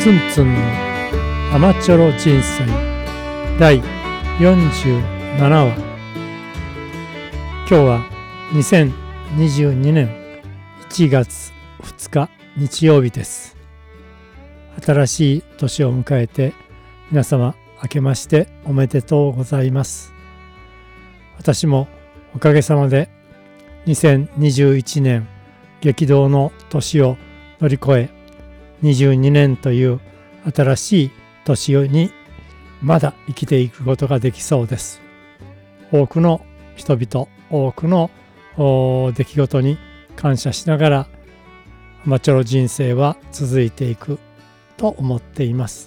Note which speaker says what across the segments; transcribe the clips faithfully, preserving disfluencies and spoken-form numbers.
Speaker 1: ツンツンのアマチュロ人生だいよんじゅうななわ。今日はにせんにじゅうにねんいちがつふつか日曜日です。新しい年を迎えて皆様明けましておめでとうございます。私もおかげさまでにせんにじゅういちねん激動の年を乗り越え、にじゅうにねんという新しい年にまだ生きていくことができそうです。多くの人々、多くの出来事に感謝しながらアマチュロ人生は続いていくと思っています。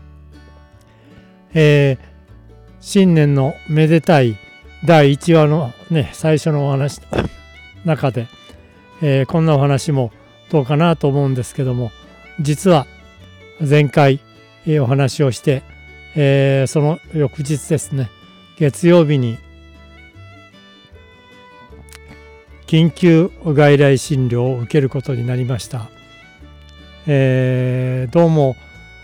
Speaker 1: えー、新年のめでたいだいいちわのね、最初のお話の中で、えー、こんなお話もどうかなと思うんですけども、実は前回、えー、お話をして、えー、その翌日ですね、月曜日に緊急外来診療を受けることになりました。えー、どうも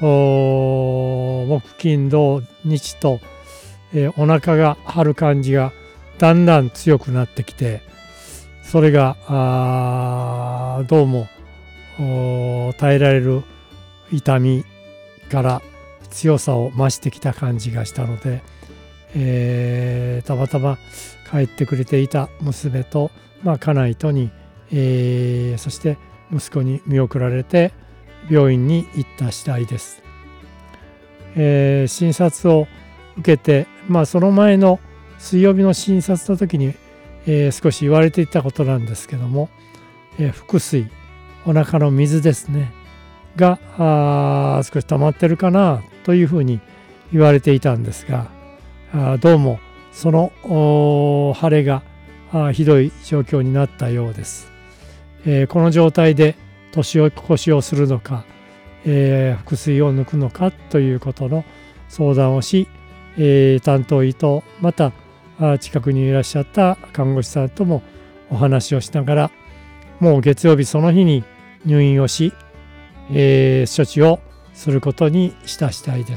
Speaker 1: 木金土日と、えー、お腹が張る感じがだんだん強くなってきて、それがあどうも耐えられる痛みから強さを増してきた感じがしたので、えー、たまたま帰ってくれていた娘と、まあ、家内とに、えー、そして息子に見送られて病院に行った次第です。えー、診察を受けて、まあ、その前の水曜日の診察の時に、えー、少し言われていたことなんですけども、えー、腹水、お腹の水ですねがあ少し溜まってるかなというふうに言われていたんですが、あどうもその腫れがひどい状況になったようです。えー、この状態で年越しをするのか、えー、腹水を抜くのかということの相談をし、えー、担当医とまた近くにいらっしゃった看護師さんともお話をしながら、もう月曜日その日に入院をし、えー、処置をすることにした次第です。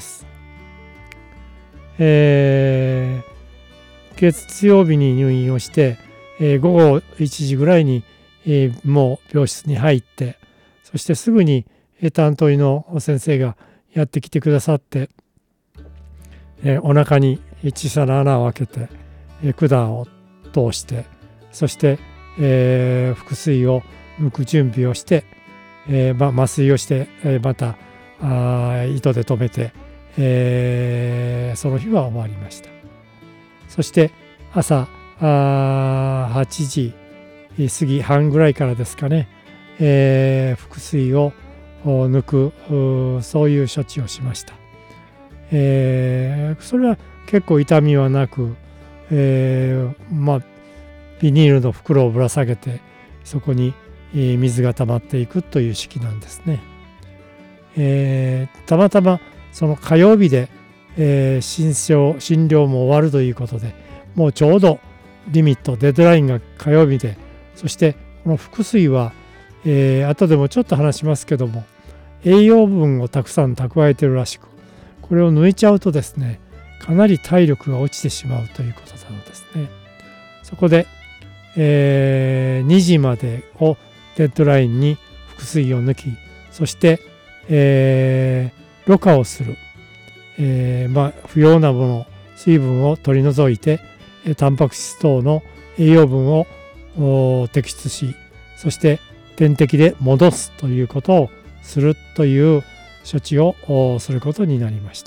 Speaker 1: えー、月曜日に入院をして、えー、午後いちじぐらいに、えー、もう病室に入って、そしてすぐに担当医の先生がやってきてくださって、えー、お腹に小さな穴を開けて、えー、管を通して、そして、えー、腹水を抜く準備をして、えーま、麻酔をして、えー、またあ糸で留めて、えー、その日は終わりました。そして朝あはちじ過ぎ半ぐらいからですかね、えー、腹水を抜くそういう処置をしました。えー、それは結構痛みはなく、えー、まあビニールの袋をぶら下げてそこに水が溜まっていくという式なんですね。えー、たまたまその火曜日で、えー、診療、診療も終わるということで、もうちょうどリミット、デッドラインが火曜日で、そしてこの腹水は、えー、後でもちょっと話しますけども、栄養分をたくさん蓄えているらしく、これを抜いちゃうとですね、かなり体力が落ちてしまうということなのですね。そこで、えー、にじまでをデッドラインに腹水を抜き、そして、えー、ろ過をする、えーまあ、不要なもの、水分を取り除いて、タンパク質等の栄養分を摘出し、そして点滴で戻すということをするという処置をすることになりました。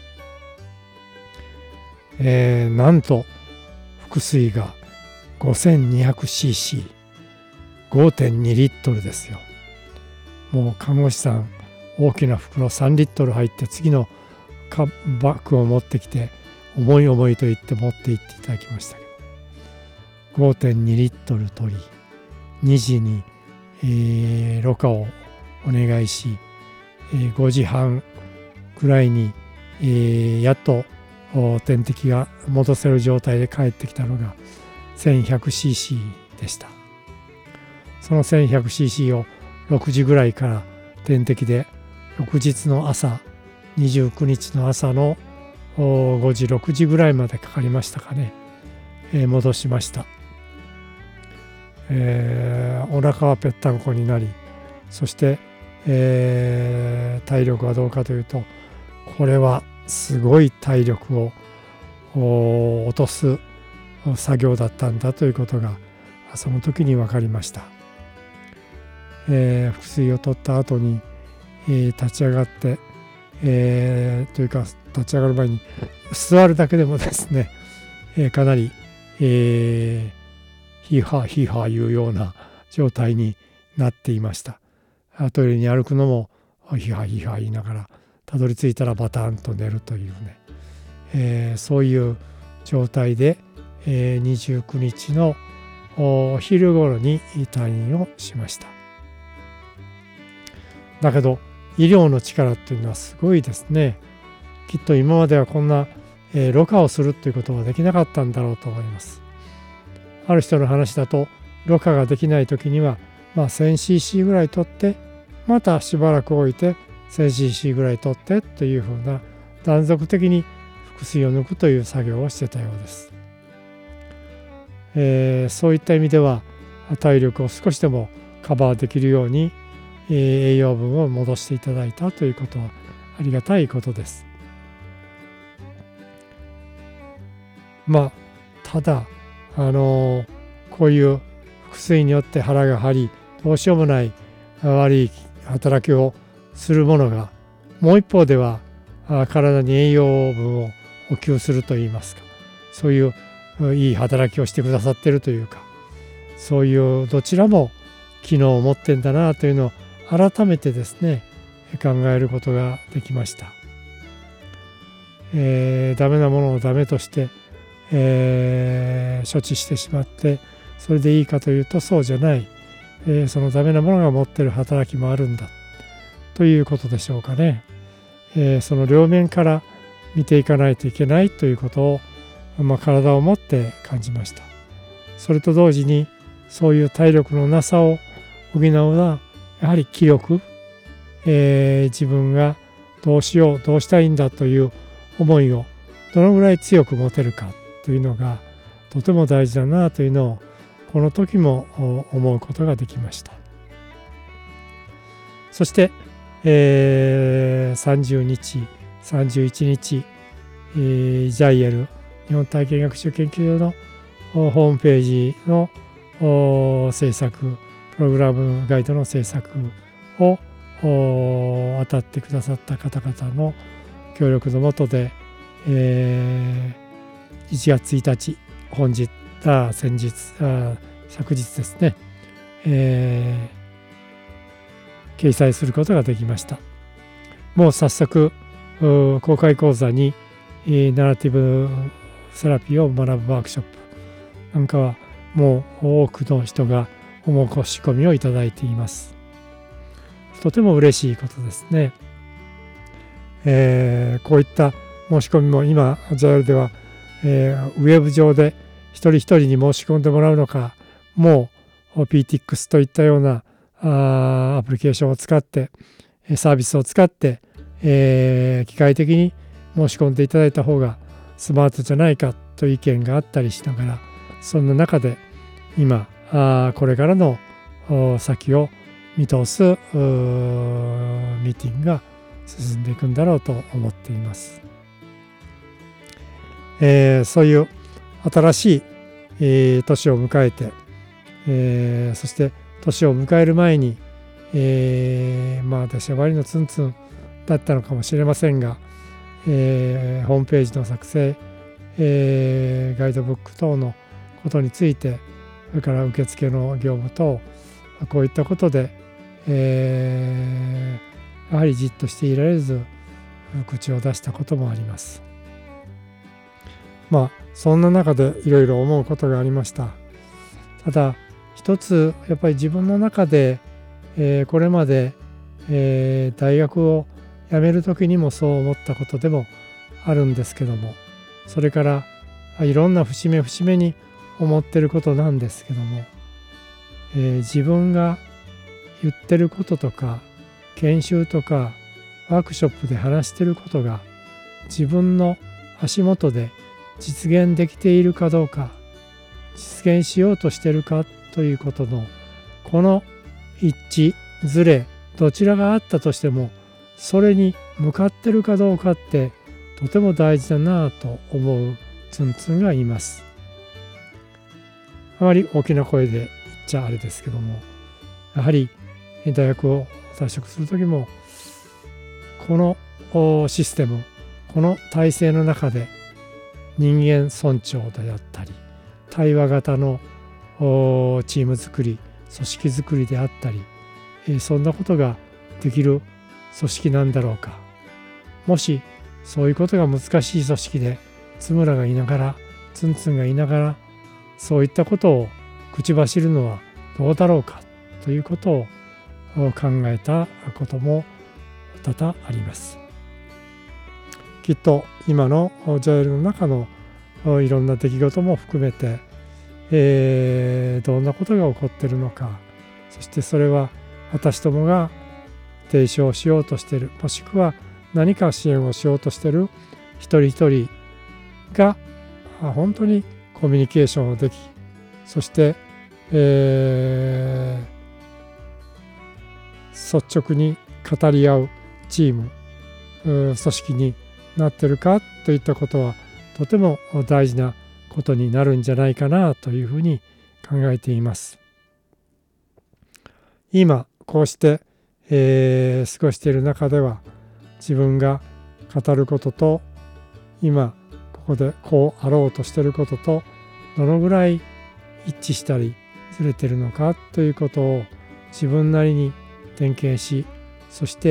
Speaker 1: えー、なんと腹水が ごせんにひゃくシーシー、ごてんに リットルですよ。もう看護師さん大きな袋さんリットル入って、次のバッグを持ってきて重い重いと言って持って行っていただきましたけど、 ごてんに リットル取り、にじに、えー、ろ過をお願いし、えー、ごじはんぐらいに、えー、やっと点滴が戻せる状態で帰ってきたのが せんひゃくシーシー でした。その せんひゃくシーシー をろくじぐらいから点滴で翌日の朝にじゅうくにちの朝のごじろくじぐらいまでかかりましたかね、えー、戻しました。えー、お腹はぺったんこになり、そして、えー、体力はどうかというと、これはすごい体力を落とす作業だったんだということがその時に分かりました。えー、腹水を取った後に、えー、立ち上がって、えー、というか立ち上がる前に座るだけでもですね、えー、かなり、えー、ヒーハーヒーハーいうような状態になっていました。トイレに歩くのもヒーハーヒーハー言いながら、たどり着いたらバタンと寝るというね、えー、そういう状態で、えー、にじゅうくにちのお昼頃に退院をしました。だけど医療の力っていうのはすごいですね。きっと今まではこんな、えー、ろ過をするということはできなかったんだろうと思います。ある人の話だと、ろ過ができない時には、まあ、せんシーシー ぐらい取ってまたしばらく置いて せんシーシー ぐらい取ってというふうな断続的に腹水を抜くという作業をしてたようです。えー、そういった意味では体力を少しでもカバーできるように、えー、栄養分を戻していただいたということはありがたいことです。まあただあのー、こういう腹水によって腹が張り、どうしようもない悪い働きをするものが、もう一方では体に栄養分を補給するといいますか、そういういい働きをしてくださっているというか、そういうどちらも機能を持ってんだなというのを改めてですね考えることができました。えー、ダメなものをダメとして、えー、処置してしまってそれでいいかというとそうじゃない、えー、そのダメなものが持っている働きもあるんだということでしょうかね。えー、その両面から見ていかないといけないということを、まあ、体を持って感じました。それと同時にそういう体力のなさを補うのはやはり気力、えー、自分がどうしようどうしたいんだという思いをどのぐらい強く持てるかというのがとても大事だなというのをこの時も思うことができました。そして、えー、さんじゅうにちさんじゅういちにち、えー、ジャイエル 日本体験学習研究所のホームページの制作プログラムガイドの制作を当たってくださった方々の協力のもとで、えー、いちがつついたち本日あ先日あ昨日ですね、えー、掲載することができました。もう早速公開講座に、えー、ナラティブセラピーを学ぶワークショップなんかはもう多くの人がお申し込みをいただいています。とても嬉しいことですね。えー、こういった申し込みも今 ジャイエル では、えー、ウェブ上で一人一人に申し込んでもらうのか、もう ピーティーエックス といったようなあアプリケーションを使ってサービスを使って、えー、機械的に申し込んでいただいた方がスマートじゃないかという意見があったりしながら、そんな中で今あこれからの先を見通すミーティングが進んでいくんだろうと思っています。えー、そういう新しい、えー、年を迎えて、えー、そして年を迎える前に、えー、まあ私は割のツンツンだったのかもしれませんが、えー、ホームページの作成、えー、ガイドブック等のことについて、それから受付の業務等、こういったことで、えー、やはりじっとしていられず口を出したこともあります。まあそんな中でいろいろ思うことがありました。ただ一つやっぱり自分の中で、えー、これまで、えー、大学を辞める時にもそう思ったことでもあるんですけども、それからいろんな節目節目に思ってることなんですけども、えー、自分が言ってることとか研修とかワークショップで話していることが自分の足元で実現できているかどうか、実現しようとしているかということのこの一致ずれ、どちらがあったとしてもそれに向かってるかどうかってとても大事だなぁと思うツンツンがいます。あまり大きな声で言っちゃあれですけども、やはり大学を退職する時もこのシステム、この体制の中で人間尊重であったり、対話型のチーム作り、組織作りであったり、そんなことができる組織なんだろうか。もしそういうことが難しい組織で津村がいながら、ツンツンがいながら、そういったことを口走るのはどうだろうかということを考えたことも多々あります。きっと今のジャイルの中のいろんな出来事も含めて、えー、どんなことが起こっているのか、そしてそれは私どもが提唱しようとしている、もしくは何か支援をしようとしている一人一人が本当にコミュニケーションをでき、そして、えー、率直に語り合うチーム、組織になっているかといったことはとても大事なことになるんじゃないかなというふうに考えています。今こうして、えー、過ごしている中では、自分が語ることと今ここでこうあろうとしていることとどのぐらい一致したりずれているのかということを自分なりに点検し、そして、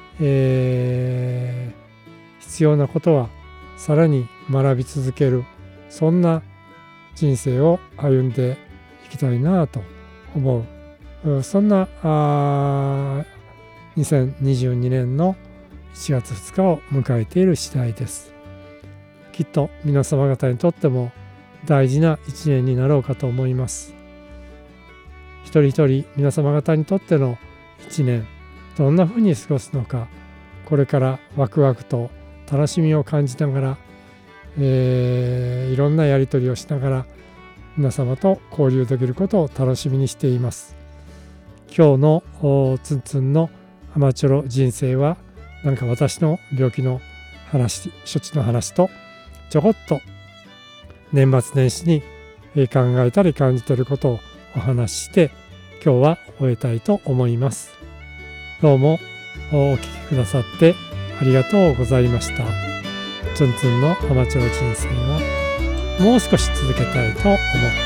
Speaker 1: えー、必要なことはさらに学び続ける、そんな人生を歩んでいきたいなと思う、そんなにせんにじゅうにねんのいちがつふつかを迎えている次第です。きっと皆様方にとっても大事な一年になろうかと思います。一人一人皆様方にとっての一年、どんなふうに過ごすのか、これからワクワクと楽しみを感じながら、えー、いろんなやり取りをしながら皆様と交流できることを楽しみにしています。今日のツンツンのアマチュア人生は、なんか私の病気の話、処置の話とちょこっと年末年始に考えたり感じていることをお話しして今日は終えたいと思います。どうもお聞きくださってありがとうございました。ツンツンのアマチュア人生はもう少し続けたいと思って